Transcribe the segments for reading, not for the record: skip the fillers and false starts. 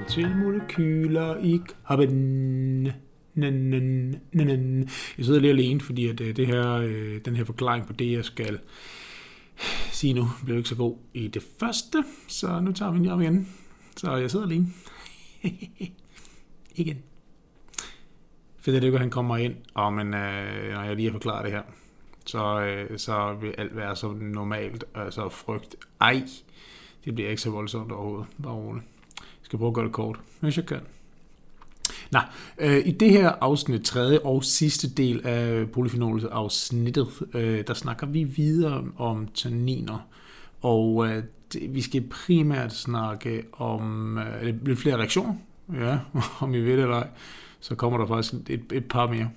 til molekyler i kroppen. Jeg sidder lige alene, fordi at den her forklaring på det, jeg skal sige nu, blev ikke så god i det første, så nu tager vi den op igen. Så jeg sidder alene. Igen. Fedt, at han kommer ind, når jeg lige har forklaret det her, så vil alt være så normalt, altså frygt. Det bliver ikke så voldsomt overhovedet. Bare roligt. Jeg skal prøve at gøre det kort, hvis jeg kan. I det her afsnit, tredje og sidste del af polyfenol-afsnittet, der snakker vi videre om tanniner, og vi skal primært snakke om lidt flere reaktioner, ja, om I ved det eller ej. Så kommer der faktisk et par mere.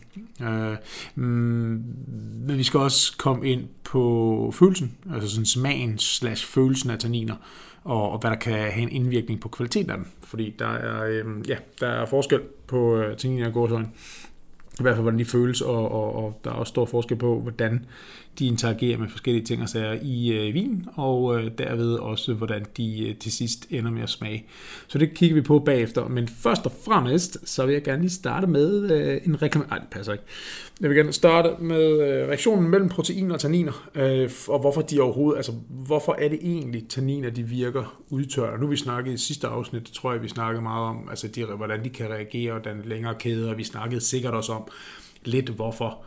Men vi skal også komme ind på følelsen, altså sådan smagen / følelsen af tanniner, og hvad der kan have en indvirkning på kvaliteten af dem. Fordi der er forskel på tanniner og gåseøjne. I hvert fald, hvordan de føles, og der er også stor forskel på, hvordan de interagerer med forskellige ting og sager i vin, og derved også, hvordan de til sidst ender med at smage. Så det kigger vi på bagefter. Men først og fremmest, så vil jeg gerne lige starte med en reklamation. Nej, det passer ikke. Jeg vil gerne starte med reaktionen mellem proteiner og tanniner, og hvorfor de overhovedet, altså hvorfor er det egentlig, tanniner de virker udtørrende. Nu vi snakkede i sidste afsnit, tror jeg, vi snakkede meget om, altså hvordan de kan reagere, og den længere kæde, og vi snakkede sikkert også om lidt hvorfor.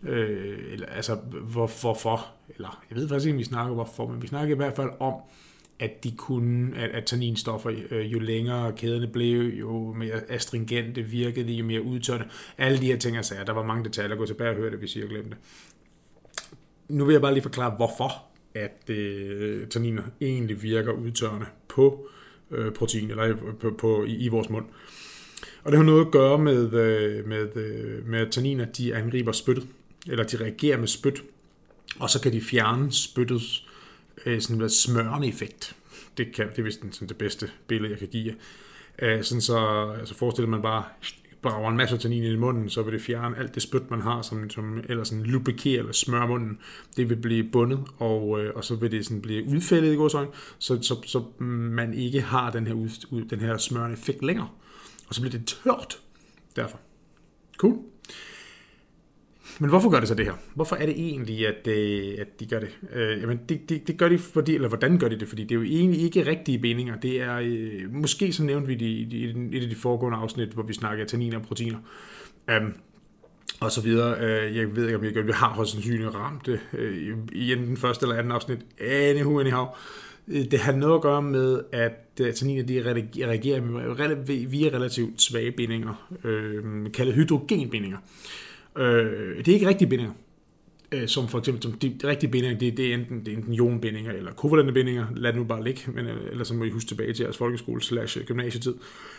Hvorfor, eller jeg ved faktisk ikke, om vi snakker hvorfor, men vi snakker i hvert fald om, at at tanninstoffer, jo længere kæderne blev, jo mere astringente virkede de, jo mere udtørrende. Alle de her ting, jeg sagde, der var mange detaljer, gå tilbage og høre det, hvis jeg glemte det. Nu vil jeg bare lige forklare, hvorfor at tanniner egentlig virker udtørrende på protein, eller i vores mund. Og det har noget at gøre med at tanniner, de angriber spyttet, eller de reagerer med spyt, og så kan de fjerne spyttets sådan en smørende effekt. Det er vist sådan det bedste billede, jeg kan give jer. Sådan så altså forestiller man bare brager en masse tannin i munden, så vil det fjerne alt det spyt, man har, som eller sådan lubrikerer eller smør munden. Det vil blive bundet, og så vil det sådan blive udfældet i godsøjne, så man ikke har den her smørende effekt længere. Og så bliver det tørt derfor. Cool. Men hvorfor gør det så det her? Hvorfor er det egentlig, at de gør det? Jamen, det gør de, fordi, eller hvordan gør de det? Fordi det er jo egentlig ikke rigtige bindinger. Det er, måske så nævnte vi i et af de foregående afsnit, hvor vi snakker tanniner og proteiner. Og så videre. Jeg ved ikke, om vi har højst sandsynligt ramt det i enten første eller anden afsnit. Anyhow. Det har noget at gøre med, at tanniner de reagerer via relativt svage bindinger, kaldet hydrogenbindinger. Det er ikke rigtige bindinger, som for eksempel de rigtige bindinger, det er enten ionbindinger eller kovalente bindinger, lad det nu bare ligge, men ellers så må I huske tilbage til jeres folkeskole / gymnasietid.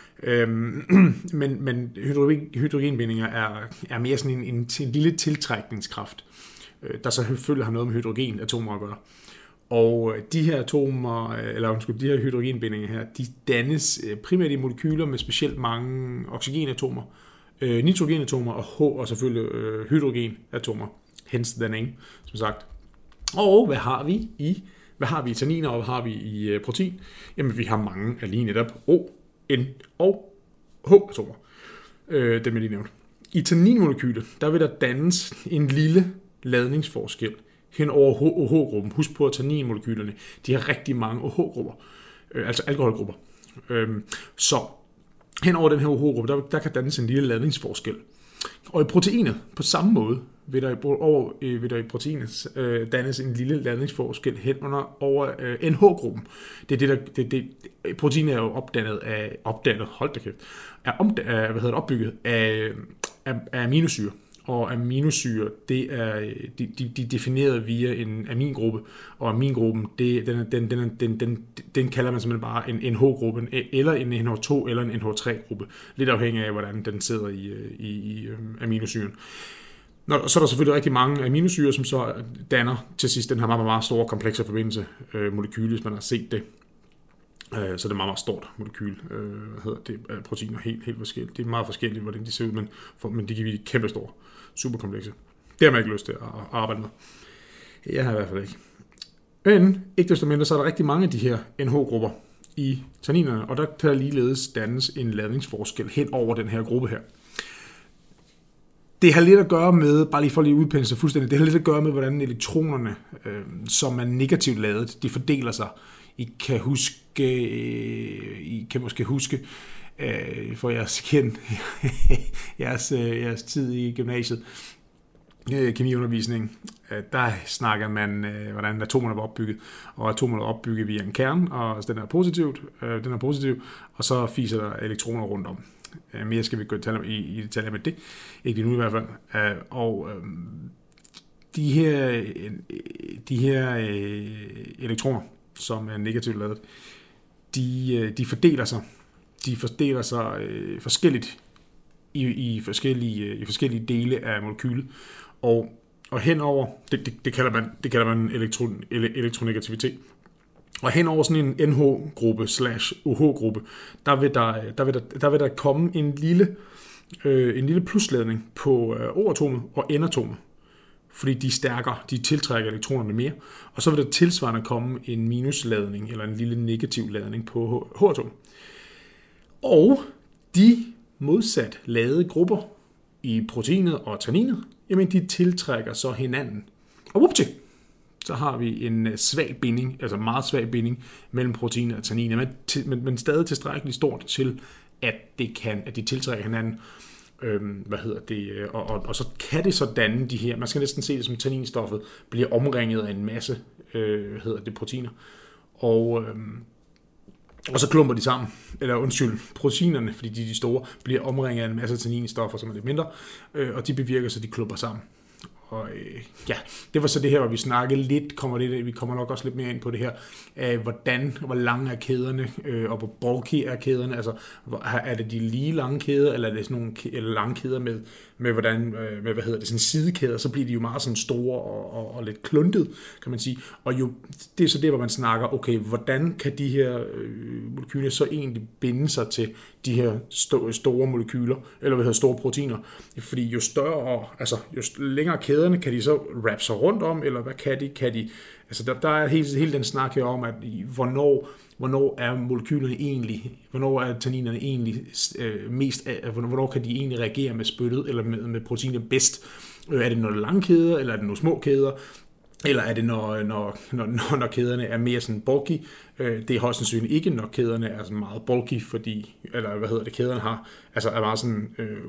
Men hydrogenbindinger er mere sådan en lille tiltrækningskraft, der så selvfølgelig har noget med hydrogenatomer at gøre. Og de her hydrogenbindinger her, de dannes primært i molekyler med specielt mange oxygenatomer, nitrogenatomer og selvfølgelig hydrogenatomer, hence the name, som sagt. Og hvad har vi i tanniner, og hvad har vi i protein? Jamen, vi har mange af lige netop O, N og H-atomer, dem jeg lige nævnte. I tanninmolekylet, der vil der dannes en lille ladningsforskel hen over OH-gruppen. Husk på, at tanninmolekylerne, de har rigtig mange OH-grupper, altså alkoholgrupper. Så hen over den her OH-gruppe, der kan dannes en lille ladningsforskel. Og i proteinet, på samme måde, vil der i proteinet dannes en lille ladningsforskel hen over NH-gruppen. Proteinet er jo opbygget af aminosyre. Og aminosyre, de er defineret via en amingruppe, og amingruppen, den kalder man simpelthen bare en NH-gruppe, eller en NH2, eller en NH3-gruppe, lidt afhængig af, hvordan den sidder i aminosyren. Så er der selvfølgelig rigtig mange aminosyre, som så danner til sidst den her meget, meget store komplekse forbindelse molekyle, hvis man har set det. Så det er meget, meget stort molekyl, proteiner, helt forskelligt. Det er meget forskelligt, hvordan de ser ud, men de kan blive kæmpe store, superkomplekse. Det har man ikke lyst til at arbejde med. Jeg har i hvert fald ikke. Men ikke desto mindre, så er der rigtig mange af de her NH-grupper i tanninerne, og der kan ligeledes dannes en ladningsforskel hen over den her gruppe her. Det har lidt at gøre med, bare lige for lige udpensle sig fuldstændig, det har lidt at gøre med, hvordan elektronerne, som er negativt ladet, de fordeler sig. I kan måske huske, for jeres tid i gymnasiet, kemiundervisning, der snakker man, hvordan atomerne var opbygget, og atomerne er opbygget via en kerne, og den er positiv, og så fiser der elektroner rundt om. Mere skal vi gå i detaljer med det, ikke lige nu i hvert fald. Og de her elektroner, som er negativt ladet, de fordeler sig forskelligt i forskellige dele af molekylet, og henover, det kalder man elektronegativitet. Og henover sådan en NH-gruppe / OH-gruppe, der vil der komme en lille plusladning på O-atomet og N-atomet, fordi de er stærkere, de tiltrækker elektronerne mere, og så vil der tilsvarende komme en minusladning eller en lille negativ ladning på H-atomet. Og de modsat ladede grupper i proteinet og tanninet, jamen de tiltrækker så hinanden. Og whoopty, så har vi en svag binding, altså meget svag binding mellem proteinet og tanninet, men stadig tilstrækkeligt stort til, at de tiltrækker hinanden. Og så kan det så danne de her, man skal næsten se det som tanninstoffet bliver omringet af en masse proteiner, og så klumper de sammen, proteinerne, fordi de er de store, bliver omringet af en masse tanninstoffer, som er lidt mindre, og de bevirker så, de klumper sammen. Og det var så det her, hvor vi snakkede lidt, vi kommer nok også lidt mere ind på det her, hvor lange er kæderne, og hvor bulky er kæderne, altså er det de lige lange kæder, eller er det sådan nogle lange kæder med sådan sidekæder, så bliver de jo meget sådan store og lidt kluntet, kan man sige. Og jo, det er så det, hvor man snakker, okay, hvordan kan de her molekyler så egentlig binde sig til de her store molekyler, eller store proteiner, fordi jo større, altså jo længere kæderne, kan de så wrappe sig rundt om, eller hvad kan de, altså der er hele den snak her om, at hvornår er molekylerne egentlig, hvornår er tanninerne egentlig hvornår kan de egentlig reagere med spyttet, eller med proteiner bedst? Er det nogle lange kæder, eller er det nogle små kæder? Eller er det, når kæderne er mere sådan bulky? Det er højst sandsynligt ikke, når kæderne er sådan meget bulky, kæderne har, altså er meget sådan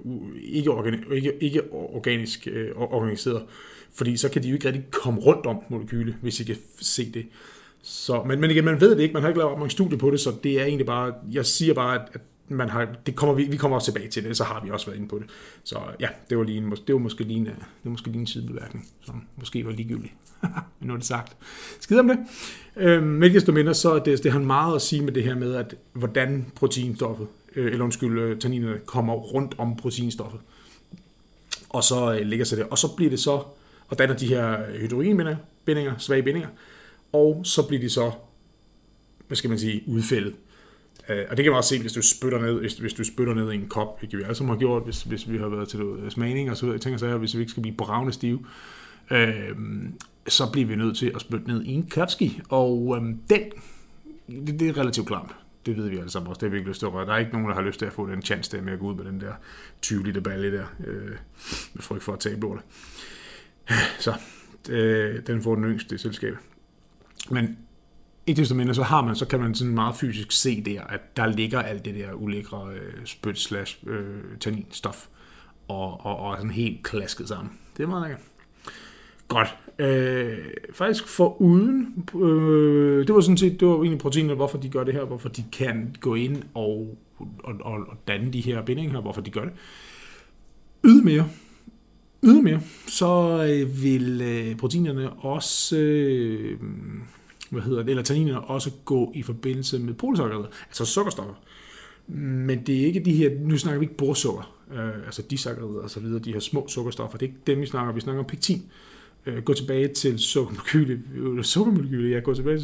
ikke organisk organiseret, fordi så kan de jo ikke rigtig komme rundt om molekylet, hvis I kan se det. Så, men igen, man ved det ikke, man har ikke lavet mange studier på det, så det er egentlig bare, jeg siger bare, at vi kommer også tilbage til det, så har vi også været inde på det. Så ja, det var måske lige en sidebemærkning, som måske var ligegyldig. Men nu er det sagt. Skid om det. Men ikke desto mindre, så det har meget at sige med det her med, at hvordan proteinstoffet, tanninerne kommer rundt om proteinstoffet. Og så ligger sig det. Og så bliver det så, og danner de her hydrogenbindinger, svage bindinger, og så bliver de så, udfældet. Og det kan man også se, hvis du spytter ned i en kop, hvilket vi alle sammen har gjort, hvis vi har været til noget smagning og så videre. Jeg tænker så, hvis vi ikke skal blive bravne stive, så bliver vi nødt til at spytte ned i en kapski. Og det er relativt klamt. Det ved vi alle sammen også. Det har vi ikke lyst til at røre. Der er ikke nogen, der har lyst til at få den chance der med at gå ud med den der 20 liter balle der, med frygt for at tabe lortet. Så den får den yngste selskab. Men ikke desto mindre, så kan man sådan meget fysisk se der, at der ligger alt det der ulækre tanninstof og sådan helt klasket sammen. Det er meget lækkert. Godt. Faktisk foruden, det var egentlig proteinerne, hvorfor de gør det her, hvorfor de kan gå ind og danne de her bindinger her, hvorfor de gør det. Ydermere, så vil proteinerne også, eller tanninerne også gå i forbindelse med polysakkarider, altså sukkerstoffer. Men det er ikke de her, nu snakker vi ikke borsukker, altså disakkarider og så videre, de her små sukkerstoffer, det er ikke dem, vi snakker om pektin. Gå tilbage til sukkermolekylet,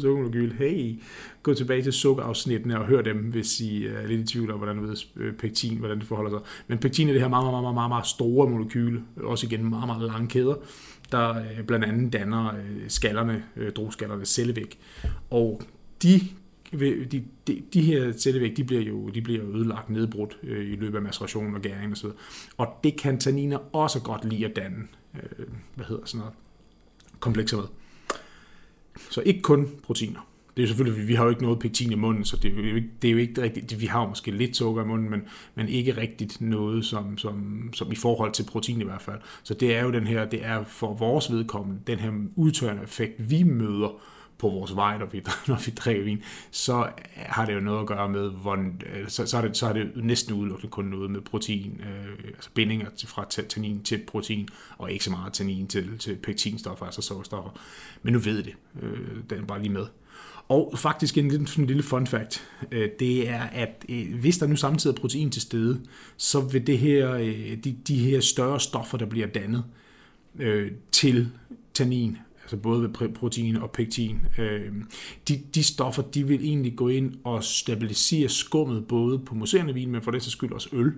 gå tilbage til sukkerafsnittene og hør dem, hvis I er lidt i tvivl om, hvordan pektin, hvordan det forholder sig. Men pektin er det her meget, meget, meget, meget store molekyle, også igen meget, meget lange kæder, der blandt andet danner drueskallerne cellevæg. Og de de her cellevæg, de bliver jo ødelagt, nedbrudt i løbet af maceration og gæring og så videre. Og det kan tanniner også godt lide at danne, komplekser med. Så ikke kun proteiner. Det er jo selvfølgelig, vi har jo ikke noget pektin i munden, så det er jo ikke rigtigt. Vi har jo måske lidt sukker i munden, men ikke rigtigt noget, som i forhold til protein i hvert fald. Så det er jo det er for vores vedkommende, den her udtørrende effekt, vi møder på vores vej, når vi drikker vin, så har det jo noget at gøre med, så er det næsten udelukkende kun noget med protein, altså bindinger fra tannin til protein, og ikke så meget tannin til pektinstoffer, altså sukkerstoffer. Men nu ved det. Den er bare lige med. Og faktisk en lille fun fact, det er, at hvis der nu samtidig er protein til stede, så vil det her, de her større stoffer, der bliver dannet til tannin, altså både ved protein og pektin, de stoffer, de vil egentlig gå ind og stabilisere skummet både på mousserende vin, men for det så skyld også øl,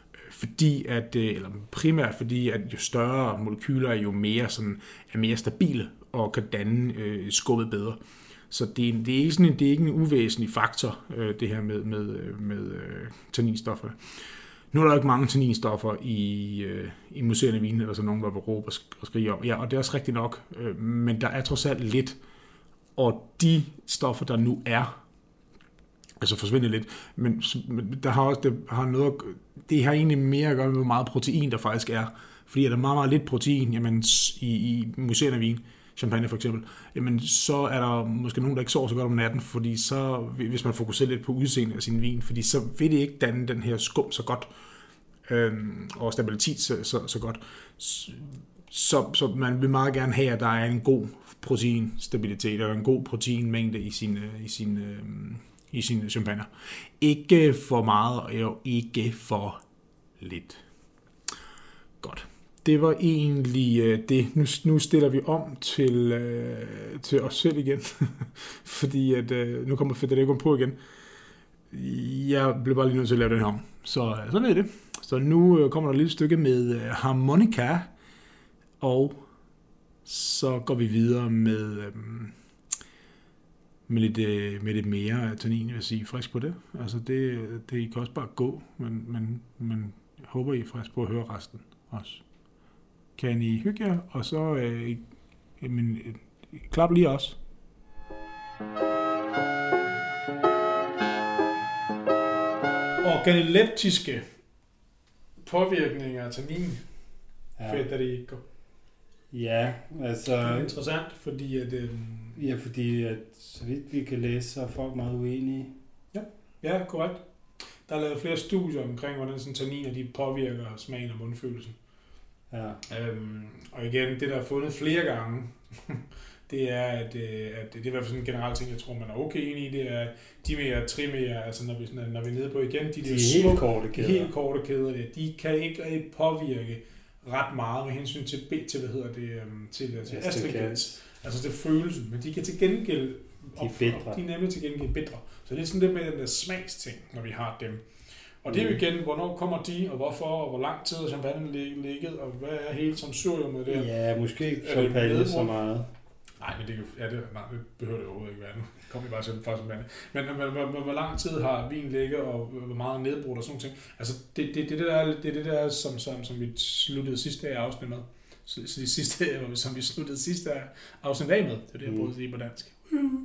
primært fordi, at jo større molekyler er er mere stabile og kan danne skummet bedre. Så det er ikke en uvæsentlig faktor, det her med tanninstoffer. Nu er der jo ikke mange tanninstoffer i mousserende vin, eller så nogen, der vil råbe og skrige om. Ja, og det er også rigtigt nok, men der er trods alt lidt. Og de stoffer, der nu er, altså forsvinder lidt, men der har også, det har egentlig mere at gøre med, hvor meget protein der faktisk er. Fordi er der meget, meget lidt protein, jamen i mousserende vin, champagne for eksempel, jamen så er der måske nogen, der ikke sover så godt om natten, fordi så, hvis man fokuserer lidt på udseendet af sin vin, fordi så vil det ikke danne den her skum så godt, og stabilitet så godt. Så man vil meget gerne have, at der er en god proteinstabilitet, og en god proteinmængde i sine champagne. Ikke for meget, og ikke for lidt. Godt. Det var egentlig det. Nu stiller vi om til os selv igen, fordi at, nu kommer Federico på igen. Jeg blev bare lige nødt til at lave den her om. Så sådan er det. Så nu kommer der et lille stykke med harmonika, og så går vi videre med lidt mere tannin, vil jeg sige, frisk på det. Altså det kan også bare gå, men håber I er frisk på at høre resten også. Kan I hygge jer, og så klap lige også. Organoleptiske påvirkninger af tannin. Federico. Ja, altså... Det er interessant, fordi at... fordi at, så vidt vi kan læse, så er folk meget uenige. Ja, korrekt. Der er lavet flere studier omkring, hvordan sådan tanniner de påvirker smagen og mundfølelsen. Ja. Og igen, det der er fundet flere gange, det er, at det er i hvert fald sådan en generel ting, jeg tror, man er okay enig i, det er dimer, trimer, altså når vi er nede på igen, de helt korte kæder. De helt korte kæder, de kan ikke rigtig påvirke ret meget med hensyn til til astringgens. Altså det følelsen, men de kan til gengæld de er nemlig til gengæld bedre. Så det er sådan det med den der smagsting, når vi har dem. Og det er jo igen, hvornår kommer de, og hvorfor, og hvor lang tid har champagne ligget, og hvad er hele sensoriumet der? Ja, måske ikke champagne så meget. Nej, men det behøver det overhovedet ikke være nu. Kom I bare fra champagne. Men hvor lang tid har vin ligget, og hvor meget nedbrudt og sådan ting. Altså, det er det der, som vi sluttede sidste af afsnit med. Som vi sluttede sidste af afsnit af med. Det er det, jeg prøvede at sige på dansk.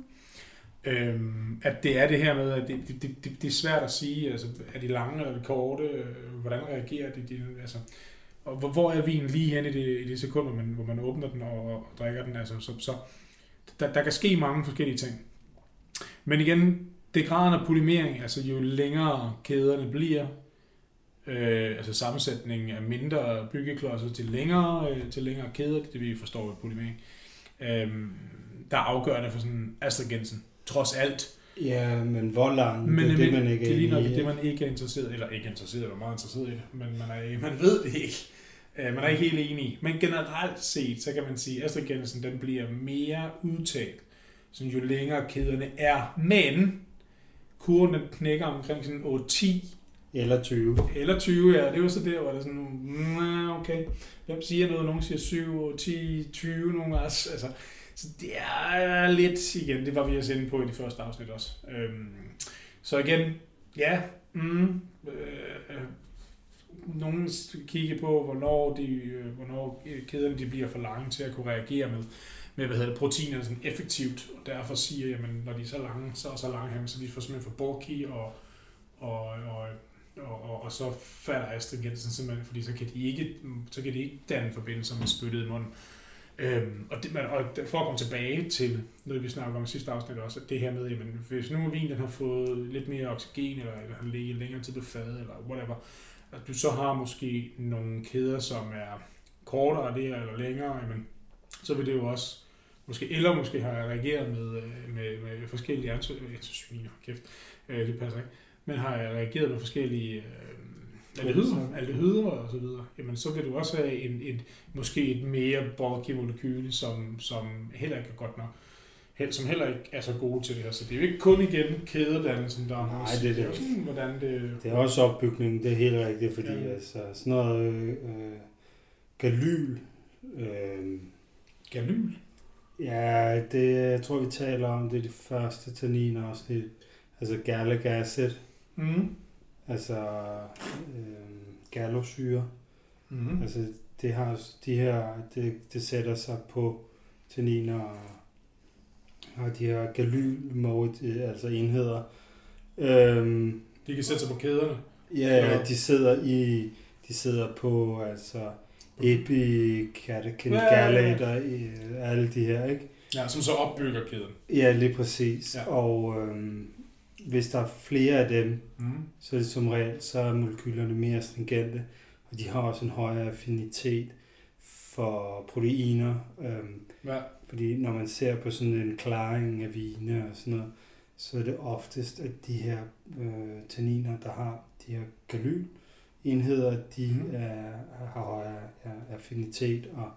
At det er det her med, at det er svært at sige, altså, er de lange eller korte, hvordan reagerer de altså, og hvor er vinen lige hen i det sekund, hvor man åbner den og drikker den, altså, så der kan ske mange forskellige ting. Men igen, det graden af polymering, altså jo længere kæderne bliver, altså sammensætningen af mindre byggeklodser til længere kæder, det vi forstår ved polymering, der er afgørende for sådan astringensen. Trods alt. Ja, men hvor lang? Men det man ikke er lige nok det, man ikke er interesseret, eller meget interesseret i det, men man ved det ikke. Man er ikke helt enig. Men generelt set, så kan man sige, at astringensen den bliver mere udtalt, sådan jo længere kæderne er. Men kurven den knækker omkring sådan 8-10. Eller 20. Eller 20, ja. Det var så der, hvor der sådan, okay. Hvem siger noget? Nogen siger 7, 10, 20, nogen også. Altså, Så det er lidt, igen, det var vi også inde på i de første afsnit også. Så igen, ja, nogen kigge på, hvornår kæderne de bliver for lange til at kunne reagere med proteinerne sådan effektivt, og derfor siger, jamen, når de er så lange, så de får simpelthen for bulky, og så falder astringensen simpelthen, fordi så kan de ikke danne forbindelser med spyttet i munden. Og for at komme tilbage til noget, vi snakkede om i sidste afsnit også, at det her med, jamen, hvis nu vin den har fået lidt mere oxygen, eller har ligget længere tid på fadet, eller whatever, at du så har måske nogle kæder, som er kortere af det her, eller længere, jamen, så vil det jo også, måske har jeg reageret med forskellige antocyaniner, kæft, det passer ikke, men har jeg reageret med forskellige aldehyder og så videre, jamen så vil du også have måske et mere bulky molekyle, som heller ikke er godt nok, som heller ikke er så gode til det her. Så det er jo ikke kun igen kædedannelsen, der er noget. Nej, det er sådan, hvordan det... Det er også opbygningen, det er helt rigtigt, fordi altså, sådan noget galyl... Galyl? Ja, det jeg tror, vi taler om, det er de første tanninafsnit. Altså gallic acid. Altså gallosyre. Altså det har de her, det sætter sig på tanniner og har de her galyl-mode, altså enheder. De kan sætte sig på kæderne? Ja, de sidder på altså epicatechin gallate og alle de her, ikke? Ja, som så opbygger kæden. Ja, lige præcis. Ja. Og hvis der er flere af dem, så er det som regel, så er molekylerne mere stringente, og de har også en højere affinitet for proteiner. Fordi når man ser på sådan en klaring af vine og sådan noget, så er det oftest, at de her tanniner, der har de her galylenheder, de har højere affinitet og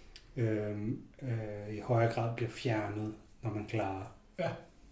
i højere grad bliver fjernet, når man klarer. Ja.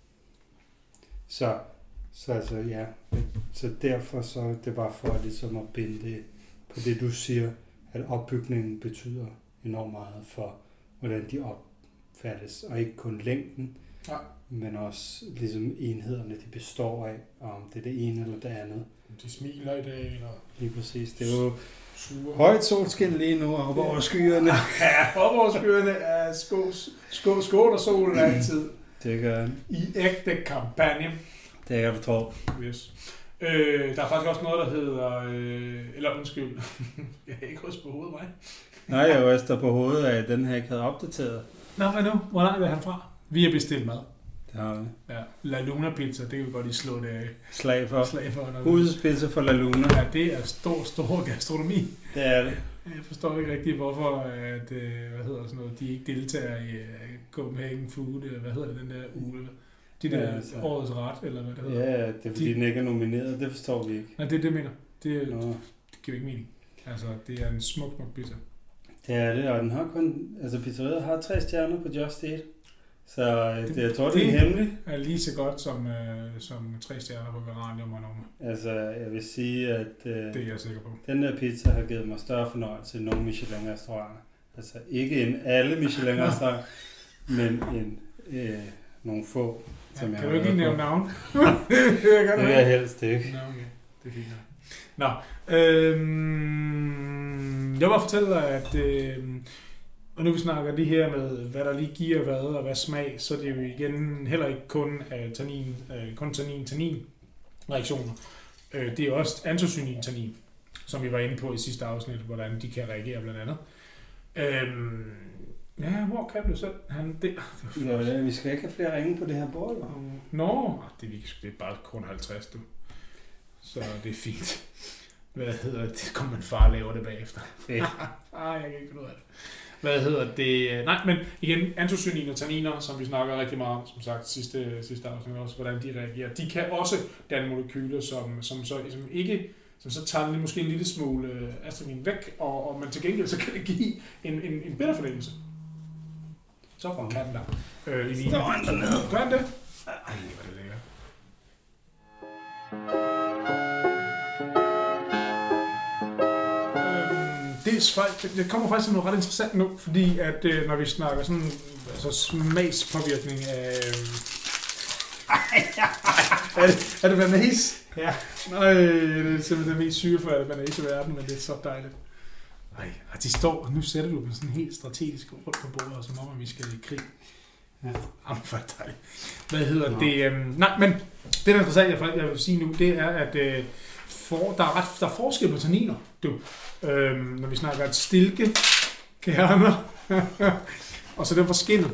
Så altså, ja. Så derfor så er det bare for ligesom at binde det på det, du siger, at opbygningen betyder enormt meget for, hvordan de opfattes. Og ikke kun længden, men også ligesom enhederne, de består af, om det er det ene eller det andet. De smiler i dag, eller... Lige præcis. Det er jo højt solskin lige nu oppe over skyerne. Ja, oppe over skyerne er skål og solen altid. Det gør i ægte kampagne. Det kan du tro. Yes. Der er faktisk også noget, der hedder... eller undskyld. Jeg har ikke rystet på hovedet, mig. Nej, jeg ryster på hovedet af, at den her ikke havde opdateret. Nå, hvad nu? Hvor langt er han fra? Vi har bestilt mad. Det har vi. Ja, La Luna Pizza, det kan vi godt lige slå det af. Slag for. Husets pizza for La Luna. Ja, det er stor gastronomi. Det er det. Jeg forstår ikke rigtig, hvorfor at, de ikke deltager i Copenhagen Food, eller hvad hedder det, den der uge, de der altså, årets ret, eller hvad det hedder. Ja, det er fordi den ikke er nomineret, det forstår vi ikke. Nej, det er det, jeg mener. Det giver ikke mening. Altså, det er en smuk pizza. Det er det, og den har kun, altså pizzeriet har 3 stjerner på Just Eat. Så jeg tror, det er hemmeligt. Det er lige så godt som 3 stjerner på Garanium og Noma. Altså, jeg vil sige, at det er jeg sikker på. Den der pizza har givet mig større fornøjelse end nogle Michelin-restauranter. Altså, ikke en alle Michelin-restauranter, men nogle få, som jeg har. Kan du ikke lige nævne navn? Det vil jeg helst ikke. Nå, okay. Det er fint. Nå, jeg vil bare fortælle dig, at og nu vi snakker det her med, hvad der lige giver hvad og hvad smag, så det er jo igen heller ikke kun tannin reaktioner. Det er også antocyanin-tannin, som vi var inde på i sidste afsnit, hvordan de kan reagere blandt andet. Ja, hvor kan du selv? Ja, vi skal ikke have flere ringe på det her bord. Det er bare kun 50, du. Så det er fint. Hvad hedder det? Det kommer man far laver det bagefter. Jeg kan ikke finde ud af det. Hvad hedder det? Nej, men igen, antocyanin og tanniner, som vi snakker rigtig meget om, som sagt, sidste afsnit også, hvordan de reagerer. De kan også danne molekyler, som så tager den måske en lille smule astringin væk, og man til gengæld så kan det give en bedre fornemmelse. Så får kan den der. Står han dernede? Gør han det? Ej, hvor er det lækkert. Det kommer faktisk til noget ret interessant nu, fordi at når vi snakker sådan så smagspåvirkning af... er det banase? Ja. Nej, det er simpelthen det mest syrefri banase i verden, men det er så dejligt. Ej, og de står, nu sætter du dem sådan helt strategisk rundt på bordet, som om vi skal i krig. Ja. Jamen, for dejligt. Hvad hedder det? Nej, men det, der er interessant, jeg vil sige nu, det er, at der er forskel på tanniner, når vi snakker et stilke, kerner, og så den for skinnet.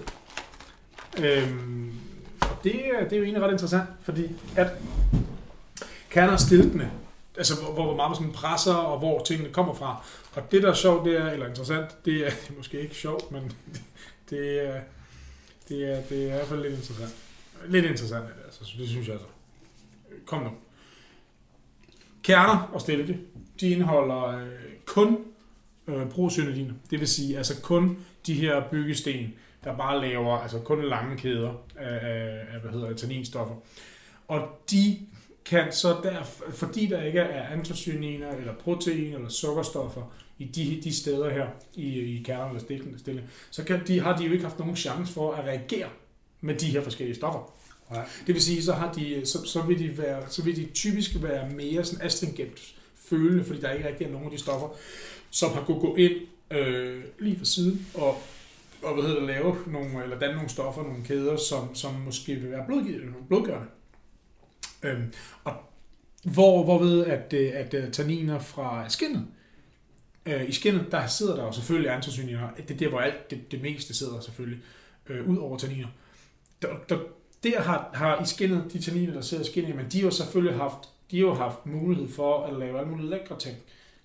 Og det er jo egentlig ret interessant, fordi at kerner er stilkende, altså hvor meget man sådan presser, og hvor tingene kommer fra. Og det, der er sjovt, det er, eller interessant, det er måske ikke sjovt, men det er i hvert fald lidt interessant. Lidt interessant, altså, det synes jeg altså. Kom nu. Kerner og stilke, de indeholder kun procyanidiner. Det vil sige, altså kun de her byggesten, der bare laver altså kun lange kæder af tanninstoffer. Og de kan så fordi der ikke er antocyaniner eller protein eller sukkerstoffer i de steder her i kerner eller stilke, så har de jo ikke haft nogen chance for at reagere med de her forskellige stoffer. Nej. Det vil sige, så vil de typisk være mere sådan astringent følende, fordi der ikke rigtig er nogen af de stoffer, som har kunnet gå ind lige fra siden og lave nogle, eller danne nogle stoffer, nogle kæder, som måske vil være blodgørende. Og hvorved at tanniner fra skinnet, i skinnet, der sidder der jo selvfølgelig antocyaniner. Det er der, hvor alt det meste sidder selvfølgelig, ud over tanniner. Der har i skinnet, de tanniner, der sidder i skinnet, men de har jo selvfølgelig haft mulighed for at lave alle mulige lækre ting.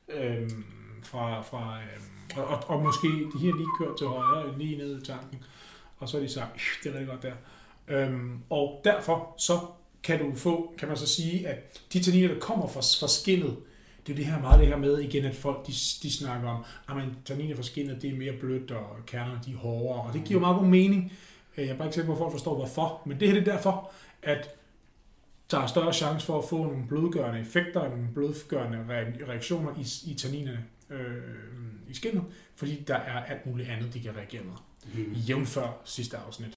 Og måske de her lige kørt til højre, lige ned i tanken, og så har de sagt, det er rigtig godt der. Og derfor så kan man så sige, at de tanniner, der kommer fra skinnet, det er det her med igen, at folk de snakker om, at tanniner fra skinnet, det er mere blødt, og kernerne de er hårdere, og det giver meget god mening. Jeg er bare ikke sikker på, at folk forstår hvorfor, men det her det er derfor, at der er større chance for at få nogle blodgørende effekter, nogle blodgørende reaktioner i tanninerne i skinnet, fordi der er alt muligt andet, de kan reagere med. Jævnfør sidste afsnit.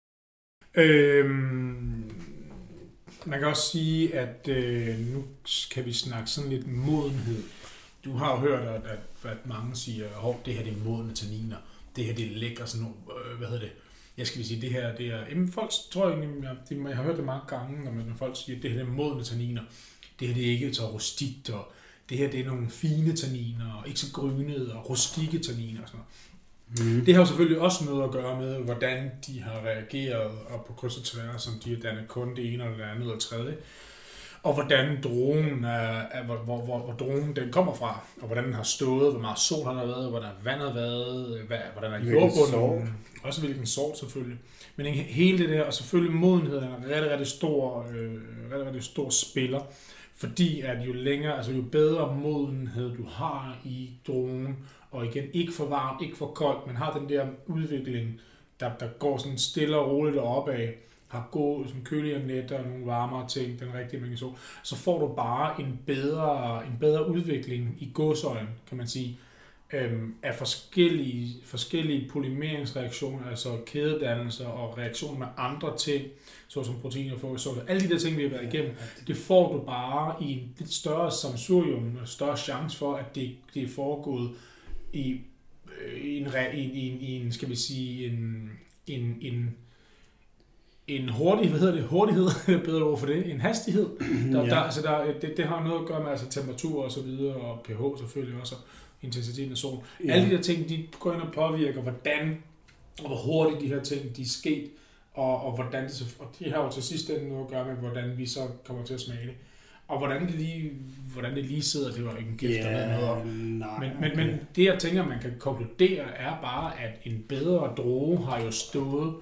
Man kan også sige, at nu kan vi snakke sådan lidt modenhed. Du har jo hørt, at mange siger, det her det er modne tanniner, det her det er lækker sådan nogle, jeg skal sige, det her det er, jamen folk tror jeg har hørt det mange gange, når folk siger, at det her det er modne tanniner, det her det er ikke så rustikt, og det her det er nogle fine tanniner, og ikke så grynede og rustikke tanniner og sådan noget. Det har jo selvfølgelig også noget at gøre med, hvordan de har reageret og på kryds og tværs, som de har dannet kun det ene eller det andet eller tredje. Og hvordan drogen hvor drogen den kommer fra, og hvordan den har stået, hvor meget sol han har været, hvordan vandet har været, hvordan er jordbunden, også hvilken sort selvfølgelig. Men hele det der, og selvfølgelig modenheden er en rigtig stor spiller, fordi at jo bedre modenhed du har i drogen, og igen, ikke for varmt, ikke for koldt, men har den der udvikling, der går sådan stille og roligt opad, har gode sådan køligere netter og nogle varmere ting, den rigtige mængde sol, så får du bare en bedre udvikling i godsøjen, kan man sige, af forskellige polymeringsreaktioner, altså kædedannelser og reaktioner med andre ting, såsom proteiner, fosfor, alle de der ting, vi har været igennem, det får du bare i en lidt større sammensurium, og større chance for, at det er foregået i en skal vi sige, en hurtighed, bedre ord for det, en hastighed. Det har noget at gøre med altså temperatur og så videre, og pH selvfølgelig også, og intensiteten af solen. Ja. Alle de der ting, de går ind og påvirker, hvordan og hvor hurtigt de her ting, de er sket, og hvordan og de har jo til sidst noget at gøre med, hvordan vi så kommer til at smage det. Og hvordan det lige sidder, det var ikke en gift, der ved noget om. Men det, jeg tænker, man kan konkludere, er bare, at en bedre droge har jo stået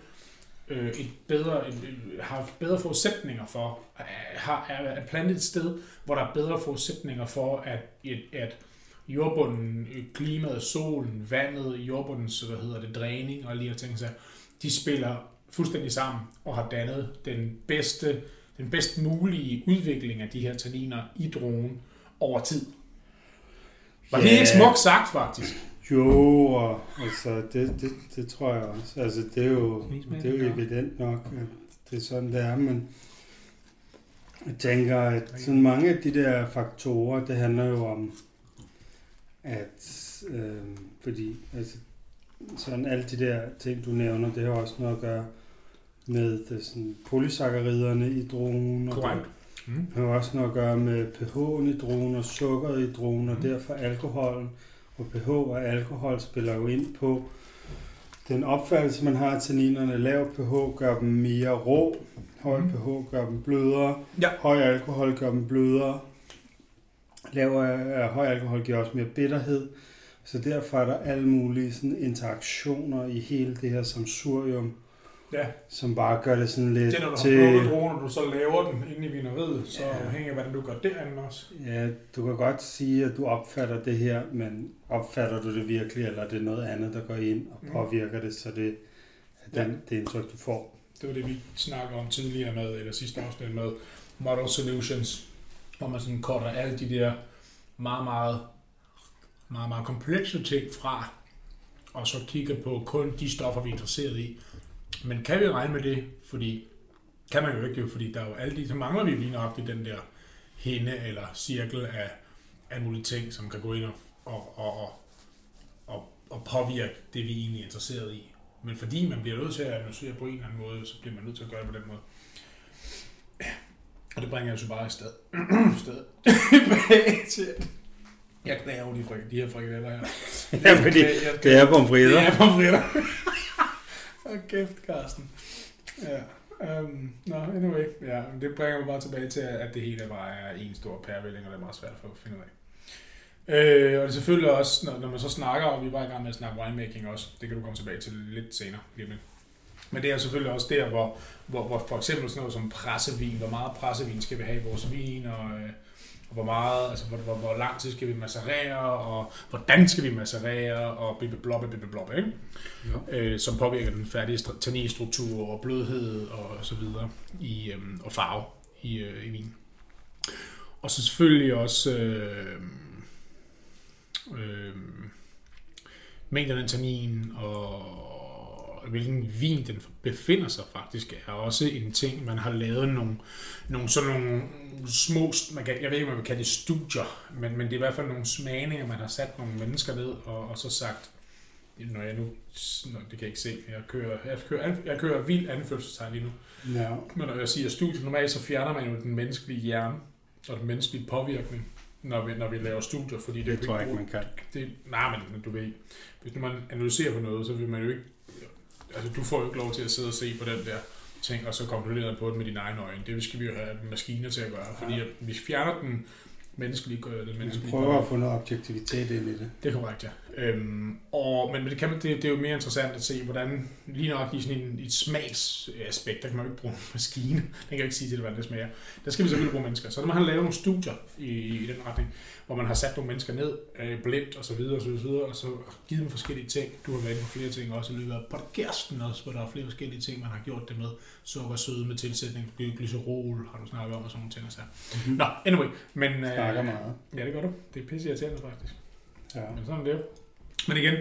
har bedre forudsætninger for, er plantet et sted, hvor der er bedre forudsætninger for, at jordbunden, klimaet, solen, vandet, jordbundens, dræning og lige at tænke sig, de spiller fuldstændig sammen og har dannet den bedst mulige udvikling af de her tanniner i drogen over tid. Var det ikke smukt sagt, faktisk? Jo, og altså, det tror jeg også. Altså, det er jo evident nok, at det er sådan, det er, men jeg tænker, at sådan mange af de der faktorer, det handler jo om, at fordi altså, sådan alle de der ting, du nævner, det har også noget at gøre med det, sådan, polysakkariderne i dronen. Korrekt. Det har også noget at gøre med pH'en i dronen og sukkeret i dronen, og derfor alkoholen. Og pH og alkohol spiller jo ind på den opfattelse, man har af tanninerne. Lav pH gør dem mere rå, høj pH gør dem blødere, høj alkohol gør dem blødere, høj alkohol giver også mere bitterhed. Så derfor er der alle mulige sådan, interaktioner i hele det her samsurium, som bare gør det sådan lidt til... Det er, når du har plukket dronen, og du så laver den inde i vineriet, så afhængig af, hvordan du gør derinde også. Ja, du kan godt sige, at du opfatter det her, men opfatter du det virkelig, eller er det noget andet, der går ind og påvirker det, så det er det indtryk, du får. Det var det, vi snakker om tidligere med, eller sidste afsnit med Model Solutions, hvor man sådan korter alle de der meget, meget komplekse ting fra, og så kigger på kun de stoffer, vi er interesseret i. Men kan vi regne med det? Fordi kan man jo ikke, fordi der er jo alle de, så mangler vi lige nok i den der hinde eller cirkel af mulige ting, som kan gå ind og påvirke det, vi egentlig er interesseret i. Men fordi man bliver nødt til at analysere på en eller anden måde, så bliver man nødt til at gøre det på den måde. Og det bringer jeg så bare i stedet tilbage til, jeg knager jo de her frikadeller her. Ja, fordi det er pomfritter. Det er pomfritter. Kæft, Carsten. Ja. Anyway. Ja, det bringer mig bare tilbage til, at det hele bare er en stor pærevælling, og det er meget svært for at finde ud af. Og det er selvfølgelig også, når man så snakker, og vi er bare i gang med at snakke winemaking også, det kan du komme tilbage til lidt senere. Men det er selvfølgelig også der, hvor for eksempel sådan noget som pressevin, hvor meget pressevin skal vi have i vores vin, og hvor meget, altså hvor lang tid skal vi macerere, og hvordan skal vi macerere, og blubbe, ikke? Ja. Som påvirker den færdige tanninstruktur og blødhed og så videre og farve i vin. Og så selvfølgelig også mængden af tannin og hvilken vin den befinder sig faktisk, er også en ting, man har lavet nogle små, jeg ved ikke, om man vil kalde det studier, men det er i hvert fald nogle smagninger, man har sat nogle mennesker ned, og så sagt, når jeg nu, det kan jeg ikke se, jeg kører vild anførselstegn lige nu, men når jeg siger studier, normalt så fjerner man jo den menneskelige hjerne, og den menneskelige påvirkning, når vi laver studier, fordi det tror jeg ikke, man kan. Men du ved, hvis man analyserer på noget, så vil man jo ikke, altså du får jo ikke lov til at sidde og se på den der ting, og så konkludere på det med dine egne øjne. Det skal vi jo have maskiner til at gøre, fordi at vi fjerner den menneskelige. Vi prøver at få noget objektivitet ind i det. Det er korrekt, ja. Men det er jo mere interessant at se, hvordan lige nok i sådan et smagsaspekt, der kan man jo ikke bruge en maskine. Den kan jo ikke sige til, hvordan det smager. Der skal vi selvfølgelig bruge mennesker. Så der må han lave nogle studier i den retning, hvor man har sat nogle mennesker ned, blindt og så videre, og så givet dem forskellige ting. Du har været inde på flere ting også i løbet af podcasten også, hvor der er flere forskellige ting, man har gjort det med. Sukker, søde med tilsætning, glycerol, har du snakket om, og sådan nogle ting. Mm-hmm. Nå, anyway. Men, snakker meget. Ja, det gør du. Det er pisse irriterende faktisk. Ja. Men sådan det. Men igen,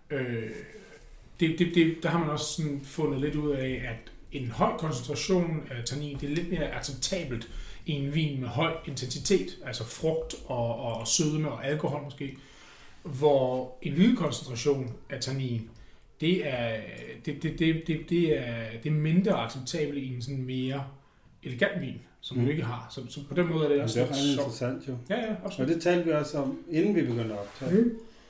der har man også sådan fundet lidt ud af, at en høj koncentration af tannin, det er lidt mere acceptabelt i en vin med høj intensitet, altså frugt og sødme og alkohol måske, hvor en lille koncentration af tannin, det er mindre acceptabelt i en sådan mere elegant vin, som du ikke har. Så på den måde er det også... Det er ret interessant jo. Ja, absolut. Og det talte vi også om, inden vi begyndte at optage.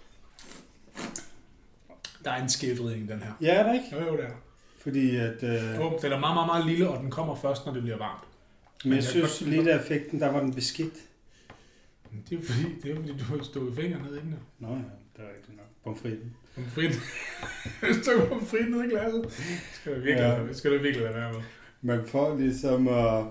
Der er en skævvridning den her. Ja, er der ikke? Jo, det er. Fordi at... Den er meget, meget, meget lille, og den kommer først, når det bliver varmt. Men jeg synes lige der effekten, der var den beskidt. Det er fordi du har stået fingre ned inden. Nå ja, det er rigtigt nok. Pomfritten. Stod pomfritten ned i glasset. Skal du virkelig lade være med. Man får ligesom at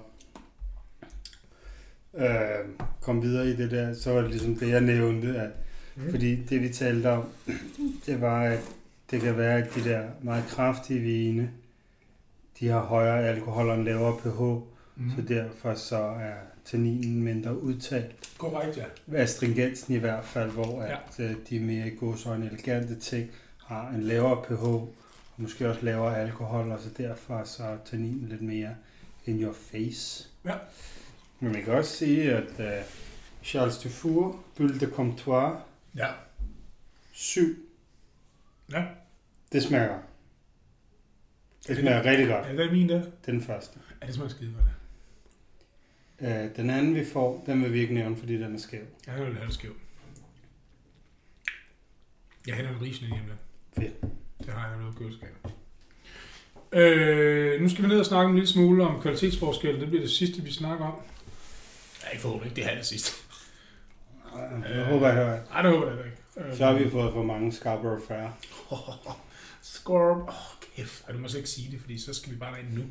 komme videre i det der, så var det ligesom det, jeg nævnte, at fordi det vi talte om, det var, at det kan være, at de der meget kraftige vine, de har højere alkohol og en lavere pH, Så derfor så er tanninen mindre udtalt. Korrekt, ja. Astringensen i hvert fald, hvor at de mere i gåseøjne elegante ting har en lavere pH, og måske også lavere alkohol, og så derfor så er tanninen lidt mere in your face. Ja. Men man kan også sige, at Charles Dufour, Bulle de Comptoir, 7. Ja. Det smager godt. Det smager rigtig godt. Er det min der? Den første. Ja, det smager skide godt, Den anden vi får, den vil vi ikke nævne, fordi den er skæv. Ja, den vil have det skæv. Jeg henter en risende hjemme. Fedt. Det har jeg noget køleskab. Nu skal vi ned og snakke en lille smule om kvalitetsforskel. Det bliver det sidste, vi snakker om. Ja, ikke forhåbentlig ikke. Det er det sidste. Det håber jeg hører. Nej, det håber jeg ikke. Så har vi fået for mange Scarborough Fair. Kæft. Du må så ikke sige det, fordi så skal vi bare derind nu.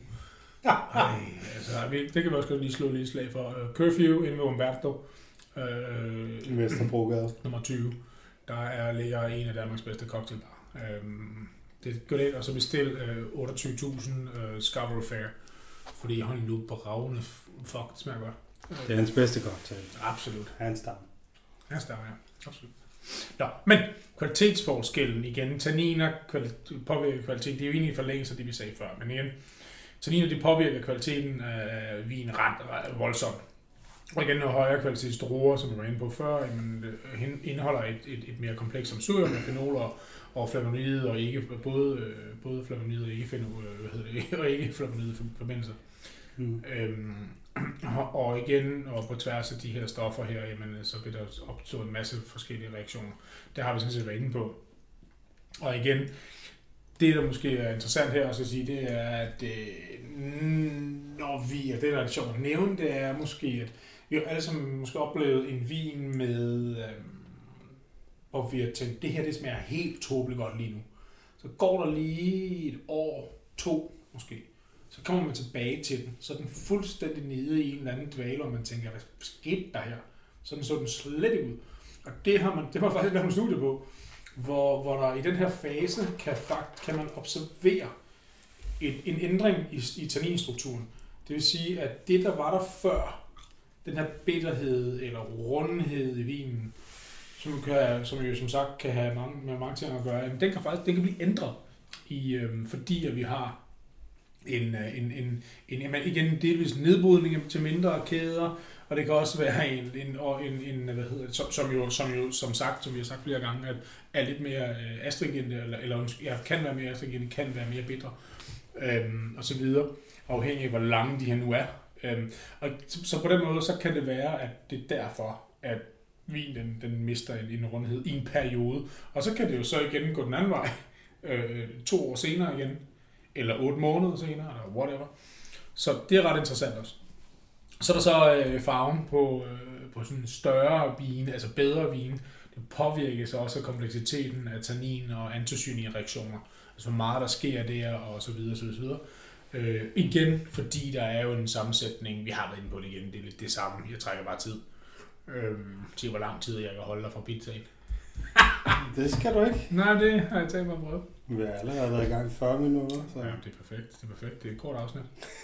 Det kan vi også godt lige slå et lille slag for. Curfew inde ved Umberto. Vesterbrogade. Nummer 20. Der ligger en af Danmarks bedste cocktailbar. Det går lidt, og så bestil 28.000 Scarborough Fair. Fordi hold nu på ravne. Fuck, det smager godt. Det er hans bedste cocktail. Absolut. Hans dam. Hans dam, ja. Absolut. Nå, men kvalitetsforskellen igen. Tanniner påvirker kvaliteten. Det er jo egentlig forlængelse af det, vi sagde før. Men igen, tanniner de påvirker kvaliteten af vin ret voldsomt. Og igen, når højere kvalitets druer, som vi var inde på før, indeholder et mere komplekst samsurium med fenoler og flavonoider, og ikke både flavonoider og ikke flavonoide forbindelser. Og igen, og på tværs af de her stoffer her, jamen, så vil der opstå en masse forskellige reaktioner. Det har vi sådan set været inde på. Og igen, det der måske er interessant her også at sige, det er, at når vi, og det der er sjovt at nævne, det er måske, at vi har alle sammen måske oplevet en vin med, hvor vi har tænkt, det her det smager helt tåbeligt godt lige nu. Så går der lige et år, 2 måske, så kommer man tilbage til den, så er den fuldstændig nede i en eller anden dvale, og man tænker, hvad skete der her? Sådan så den slet ikke ud. Og det har man faktisk lavet nogle studier på, hvor der i den her fase kan man observere en ændring i tanninstrukturen. Det vil sige, at det, der var der før, den her bitterhed eller rundhed i vinen, som jo som sagt kan have mange ting at gøre, den kan blive ændret, fordi at vi har en delvis nedbrydning til mindre kæder, og det kan også være som sagt, som vi har sagt flere gange, at er lidt mere astringente, kan være mere astringente, kan være mere bitre, og så videre, afhængig af hvor lange de her nu er. Og så på den måde, så kan det være, at det er derfor, at vinen den mister en rundhed i en periode, og så kan det jo så igen gå den anden vej, 2 år senere igen, eller 8 måneder senere, eller whatever. Så det er ret interessant også. Så er der så farven på sådan en større vin, altså bedre vin. Det påvirkes også af kompleksiteten af tannin og antocyanin-reaktioner. Altså hvor meget der sker der, og så videre, så videre. Igen, fordi der er jo en sammensætning, vi har været inde på det igen, det er lidt det samme, jeg trækker bare tid. Til hvor lang tid jeg kan holde dig fra pizzaen. Det skal du ikke. Nej, det har jeg tænkt mig at prøve. Vi har allerede været i gang 40 minutter. Så. Ja, det er perfekt. Det er et kort afsnit.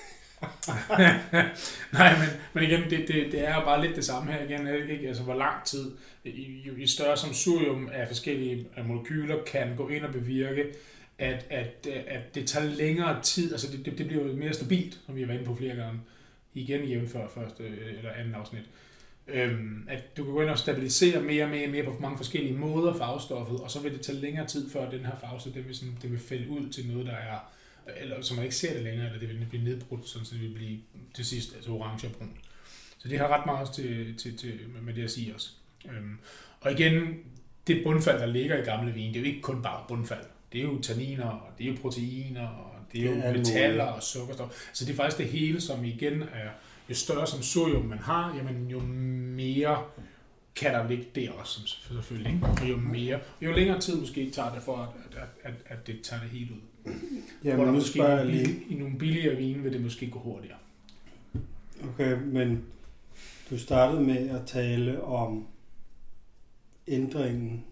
Nej, men igen, det er jo bare lidt det samme her igen. Ikke? Altså, hvor lang tid i større samsurium af forskellige molekyler kan gå ind og bevirke, at det tager længere tid. Altså, det bliver jo mere stabilt, som vi har været inde på flere gange. Igen jævnfør første eller anden afsnit. At du kan gå ind og stabilisere mere på mange forskellige måder farvestoffet, og så vil det tage længere tid, før den her farvestof, det vil fælde ud til noget, der er, eller så man ikke ser det længere, eller det vil blive nedbrudt, sådan, så det vil blive til sidst altså orange og brun. Så det har ret meget til med det at sige også. Og igen, det bundfald, der ligger i gamle vin, det er jo ikke kun bare bundfald. Det er jo tanniner, og det er jo proteiner, og det er jo metaller og sukkerstof. Så det er faktisk det hele, som igen er, jo større samsurium man har, jamen jo mere kan der ligge der også, selvfølgelig. Ikke? Og jo længere tid måske tager det for, at det tager det helt ud. Ja, hvor der nu måske i nogle billigere vine vil det måske gå hurtigere. Okay, men du startede med at tale om ændringen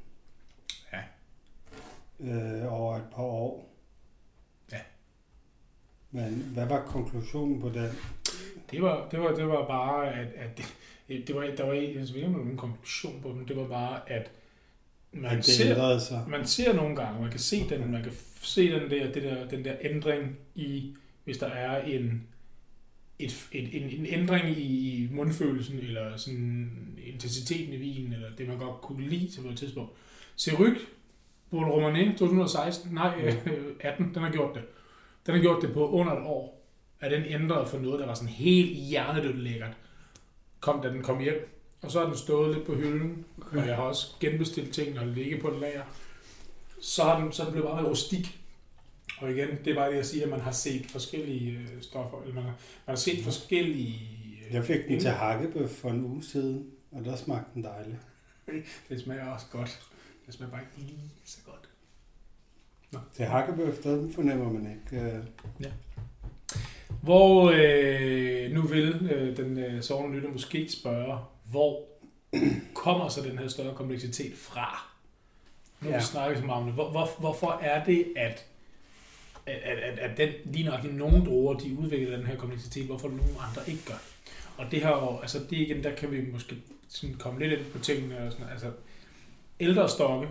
over et par år. Ja. Men hvad var konklusionen på den? Det var bare, at der var ikke nogen konklusion på dem. Det var bare, at man ser nogle gange, man kan se den der ændring i, hvis der er en ændring i mundfølelsen, eller sådan intensiteten i vinen, eller det man godt kunne lide til noget tidspunkt. Ceruc, Beaujolais Romanée 2016, 18, den har gjort det. Den har gjort det på under et år. At den ændrede for noget, der var sådan helt hjernedødt lækkert. Da den kom hjem. Og så har den stået lidt på hylden, og jeg har også genbestilt ting og ligge på et lager. Så er den blevet meget mere rustik. Og igen, det er bare det, jeg siger, at man har set forskellige stoffer, eller man har set forskellige... Jeg fik den til hakkebøf for en uge siden, og der smagte den dejligt. Det smager også godt. Det smager bare ikke lige så godt. Nå. Til hakkebøf, der fornemmer man ikke. Ja. Hvor nu vil den sovende lytter måske spørge, hvor kommer så den her større kompleksitet fra? Nu vi snakker så meget om det. Hvorfor er det, at den lige nok i nogle druer, de udvikler den her kompleksitet, hvorfor nogle andre ikke gør? Og det her jo, altså det igen, der kan vi måske sådan komme lidt ind på tingene og sådan, altså ældre stokke,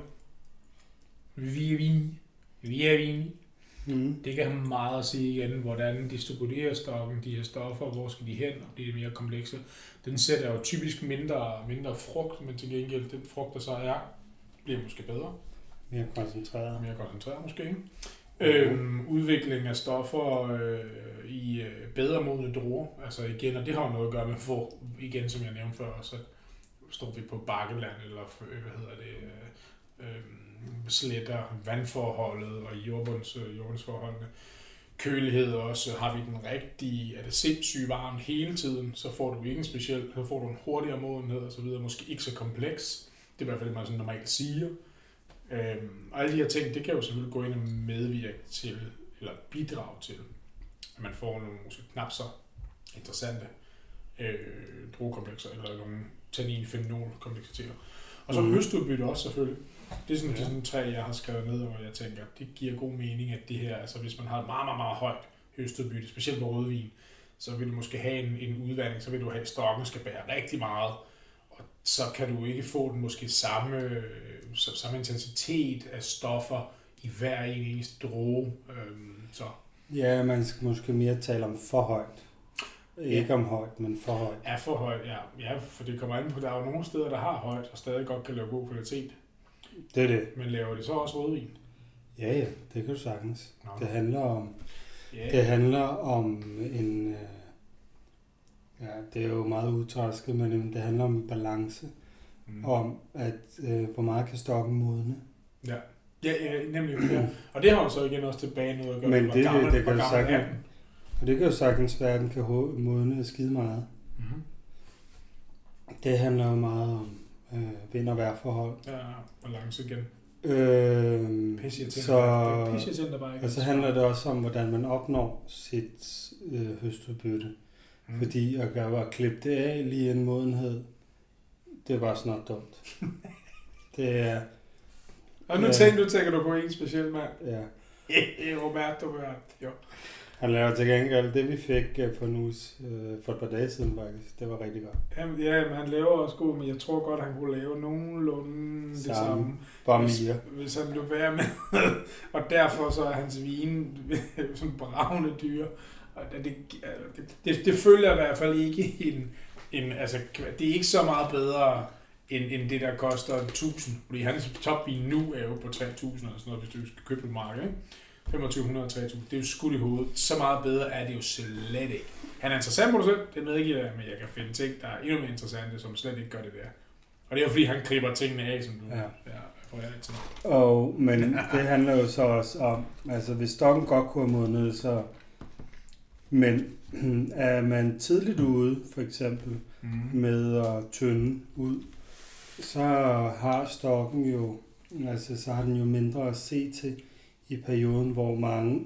vin, det kan have meget at sige igen, hvordan distribuerer stokken, de her stoffer, hvor skal de hen, og bliver mere komplekse. Den sætter jo typisk mindre frugt, men til gengæld den frugt, der så er, bliver måske bedre. Mere koncentreret måske, ikke? Udvikling af stoffer i bedre modne druer, altså igen, og det har jo noget at gøre med få, igen som jeg nævnte før, så står vi på bakkeland, eller sletter, vandforholdet og jordbundsforholdene. Kølighed også, har vi den rigtige, er det sindssygt varmt hele tiden, så får du ikke en speciel, så får du en hurtigere modenhed og så videre, måske ikke så kompleks, det er i hvert fald det, man sådan normalt siger. Og alle de her ting, det kan jo selvfølgelig gå ind og medvirke til, eller bidrage til, at man får nogle måske knap så interessante druekomplekser, eller nogle tannin-fenol-kompleksiteter. Og så høstudbytte også selvfølgelig. Det er sådan 3, jeg har skrevet ned, og jeg tænker, det giver god mening, at det her, altså hvis man har et meget, meget, meget højt høstudbytte, specielt med rødvin, så vil du måske have en udvandring, så vil du have, at stokken skal bære rigtig meget, og så kan du ikke få den måske samme intensitet af stoffer i hver eneste druge. Så. Ja, man skal måske mere tale om for højt. Ikke om højt, men for højt. Ja, for højt, ja. Ja, for det kommer an på, der er jo nogle steder, der har højt, og stadig godt kan lave god kvalitet. Det er det. Men laver det så også rødvin? Ja, det kan du sagtens. Nå. Det handler om en... det er jo meget udtræsket, men det handler om balance. Om, at hvor meget kan stokken modne. Ja, nemlig. Ja. Og det har jo så igen også tilbage noget at gøre med, hvor gammel er den. Og det kan jo sagtens være, at den kan modne skide meget. Mm-hmm. Det handler jo meget om vind- og vejrforhold. Ja, balance igen. Og så handler det også om, hvordan man opnår sit høstudbytte. Fordi at klippe det af lige en modenhed, det er bare sådan noget dumt. Det er... Og nu tænker du på en speciel mand. Ja. Roberto, jo. Han laver til gengæld det, vi fik for et par dage siden faktisk. Det var rigtig godt. Jamen, han laver også god, men jeg tror godt, han kunne lave nogenlunde det samme. Bare mere. Hvis han blev være med. Og derfor så er hans vine sådan bravende dyre. Og det følger i hvert fald ikke altså, det er ikke så meget bedre end det, der koster 1.000. Fordi hans topvin nu er jo på 3.000 eller sådan noget, hvis du skal købe et marked, ikke? 2.500 og 3.000. Det er jo skudt i hovedet. Så meget bedre er det jo slet ikke. Han er interessant producent, det medgiver jeg, men jeg kan finde ting, der er endnu mere interessante, som slet ikke gør det der. Og det er jo fordi, han klipper tingene af, som du refererer til. Men det handler jo så også om, altså hvis stokken godt kunne have modnet, så... Men er man tidligt ude, for eksempel, med at tynde ud, så har stokken jo, altså så har den jo mindre at se til i perioden, hvor mange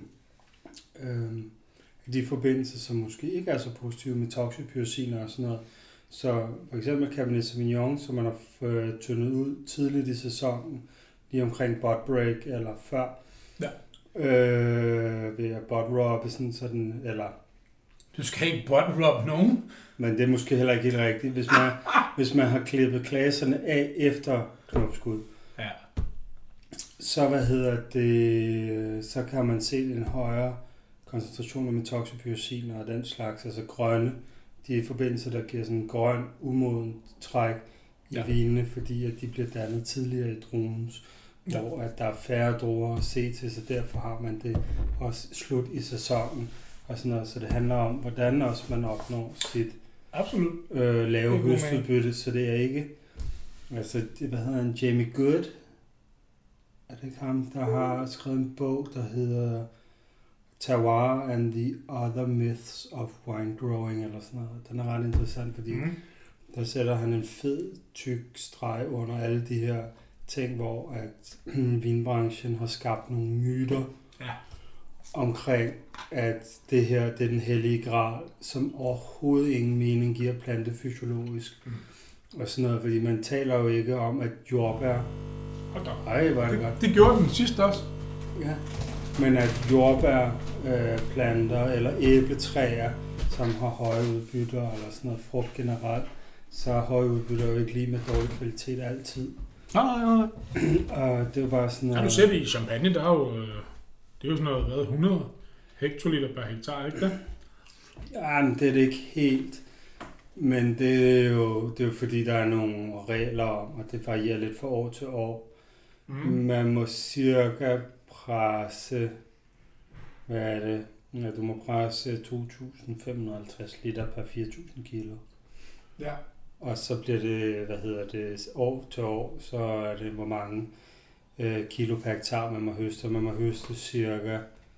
de forbindelser, som måske ikke er så positive med toxopyrosiner og sådan noget. Så for eksempel Cabernet Sauvignon, som man har tyndet ud tidligt i sæsonen, lige omkring bud break eller før, ved at bud rubbe sådan, eller Du skal ikke bottom-rub nogen. Men det er måske heller ikke helt rigtigt. Hvis man har klippet klaserne af efter knopskud, ja. så kan man se en højere koncentration af methoxypyroxin og den slags, altså grønne. De forbindelser, der giver sådan en grøn, umoden træk i vinene, fordi at de bliver dannet tidligere i druens, hvor at der er færre druer at se til, så derfor har man det også slut i sæsonen og sådan noget. Så det handler om, hvordan også man opnår sit lave høstudbytte, så det er ikke, altså det, hvad hedder han, Jamie Good, er det ikke ham, der har skrevet en bog, der hedder Terroir and the Other Myths of Wine Growing, eller sådan noget. Den er ret interessant, fordi der sætter han en fed, tyk streg under alle de her ting, hvor at vinbranchen har skabt nogle myter omkring, at det her, det er den hellige gral, som overhovedet ingen mening giver plantefysiologisk. Og sådan noget, fordi man taler jo ikke om, at jordbær... Det gjorde den sidste også. Ja, men at jordbærplanter eller æbletræer, som har høje udbytter, eller sådan noget frugt generelt, så er høje udbytter jo ikke lige med dårlig kvalitet altid. Nej. Og det er bare sådan noget... Ja, du ser det i champagne, der er jo... Det er jo sådan noget, 100 hektoliter per hektar, ikke det? Ja, men det er det ikke helt. Men det er jo fordi, der er nogle regler om, og det varierer lidt fra år til år. Man må cirka presse... Hvad er det? Ja, du må presse 2.550 liter per 4.000 kilo. Ja. Og så bliver det, år til år, så er det, hvor mange kilo per hektar man må høste. Man må høste cirka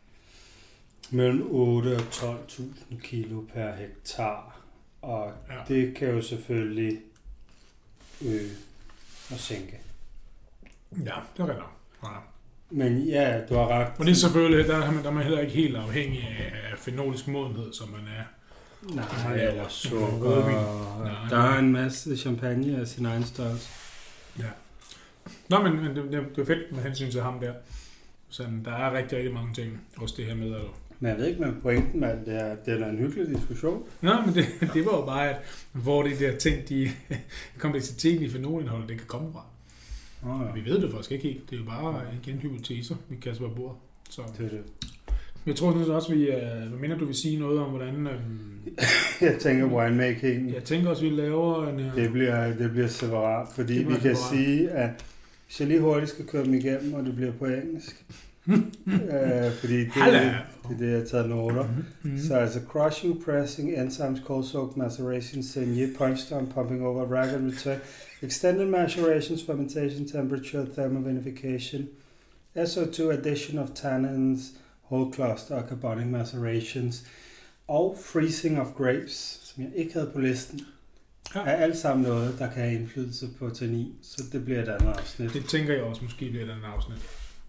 mellem 8 og 12.000 kilo per hektar. Og det kan jo selvfølgelig øge og sænke. Ja, det er rigtigt. Ja. Men ja, du har ret. Men det er selvfølgelig, der er man heller ikke helt afhængig af fenolisk modenhed, som man er. Nej, eller sukker. Der er en masse champagne af sin egen størrelse. Ja. Nå, men det er fedt med hensyn til ham der. Sådan, der er rigtig, rigtig mange ting. Også det her med at... Men jeg ved ikke, men pointen med det er en hyggelig diskussion. Nå, men det var jo bare, at hvor det der ting, kompleksiteten i fenolindholdet, det kan komme fra. Ja. Vi ved det faktisk ikke helt. Det er jo bare igen hypoteser, vi kaster på bordet. Så. Det er det. Jeg tror også, hvad mener du vil sige noget om, hvordan... Jeg tænker winemaking. Jeg tænker også, vi laver en... Det bliver separat, fordi vi kan sige, at hvis jeg lige hurtigt skal køre dem igennem, og det bliver på engelsk, fordi det er det, jeg har taget noter. Så altså crushing, pressing, enzymes, cold soak, maceration, saignée, punch down, pumping over, rack and return, extended macerations, fermentation, temperature, thermovinification, SO2 addition of tannins, whole cluster og carbonic macerations, og freezing of grapes, som jeg ikke havde på listen, er alt sammen noget, der kan have indflydelse på tannin, så det bliver et andet afsnit. Det tænker jeg også måske bliver et andet afsnit.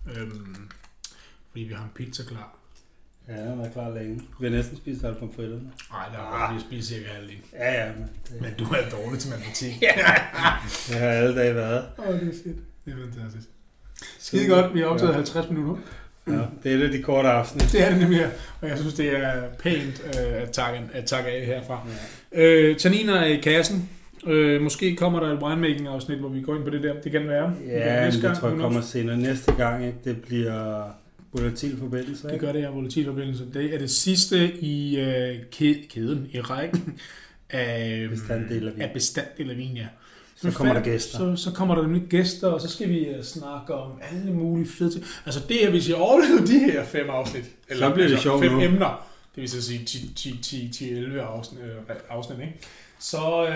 Fordi vi har en pizza klar. Ja, den er klar længe. Vi har næsten spist alle pomfritterne. Nej, der har vi spist cirka alle dine. Ja. Men du er dårlig til matematik. Ja. Det har alle dage været. Det er fedt. Det er fantastisk. Skide godt, vi har optaget 50 minutter. Ja, det er det de korte afsnit. Det er det nemlig, og jeg synes, det er pænt at takke af herfra. Ja. Tanniner er i kassen. Måske kommer der et winemaking-afsnit, hvor vi går ind på det der. Det kan være. Ja, det tror jeg kommer senere. Næste gang, ikke? Det bliver volatilforbindelser. Det gør det her, volatilforbindelser. Det er det sidste i kæden, i rækken af bestanddel af vin, ja. Så kommer der gæster. Så kommer der nemlig gæster, og så skal vi snakke om alle mulige fede ting. Altså det her, hvis jeg overlever de her 5 afsnit, eller så bliver det sjovt 5 emner, det vil sige 10-11 afsnit, ikke? Så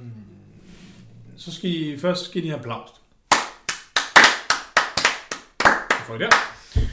skal I først give de her applaus. Så får I der.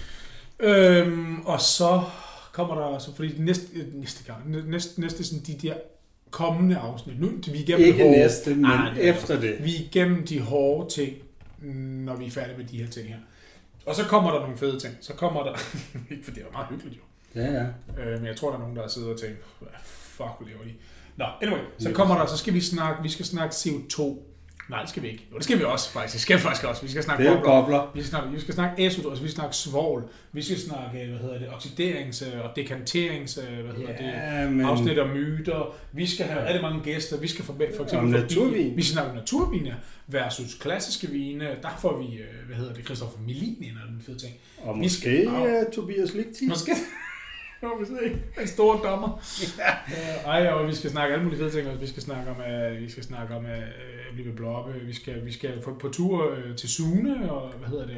Og så kommer der, så fordi næste sådan de der kommende afsnit. Nu vi igennem ikke hårde, næste, men efter det. Vi er igennem de hårde ting, når vi er færdige med de her ting her. Og så kommer der nogle fede ting. Så kommer der, ikke for det er meget hyggeligt jo. Ja. Men jeg tror, der er nogen, der sidder og tænker, fuck, hvad laver de? Nå, anyway, så kommer der, så skal vi skal snakke CO2 Nej, det skal vi ikke. Jo, det skal vi også, faktisk. Det skal vi faktisk også. Vi skal snakke bobler. Vi skal snakke azot, altså vi skal snakke svovl. Vi skal snakke, oxiderings- og dekanterings, afsnit og myter. Vi skal have rigtig mange gæster. Vi skal for eksempel naturvin. Vi skal snakke naturvin versus klassiske vine. Der får vi, Christopher Melin ind, og den fede ting. Og måske Tobias Ligtis. Måske. En stor dommer. Og vi skal snakke alle mulige fede ting. Vi skal snakke om at blive bloppe. Vi skal på tur til Sune og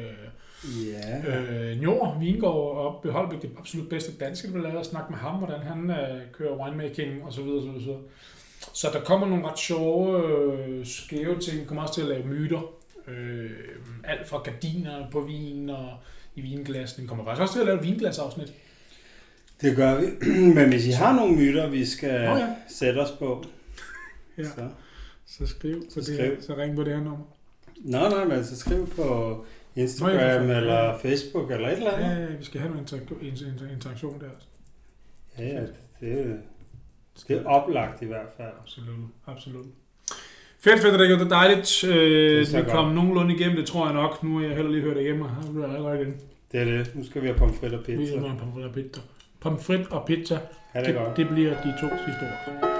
Njord Vingård op ved Holbæk, det absolut bedste danske, der bliver lavet, og snakke med ham, hvordan han kører winemaking og så videre. Så der kommer nogle ret sjove, skæve ting. Vi kommer også til at lave myter. Alt fra gardiner på vin og i vinglasen. Vi kommer faktisk også til at lave et vinglasafsnit. Det gør vi. Men hvis I har nogle myter, vi skal sætte os på, så skriv. Så ring på det her nummer. Nej, men så skriv på Instagram eller Facebook eller et eller andet. Ja, vi skal have en interaktion der også. Ja, det er oplagt i hvert fald. Absolut. Fedt, det er dejligt. Vi kom nogenlunde igennem, det tror jeg nok. Nu har jeg heller lige hørt det igennem, og nu er jeg igen. Det er det. Nu skal vi have pomfrit og pizza. Pomfrit og pizza. Det bliver de 2 sidste ord.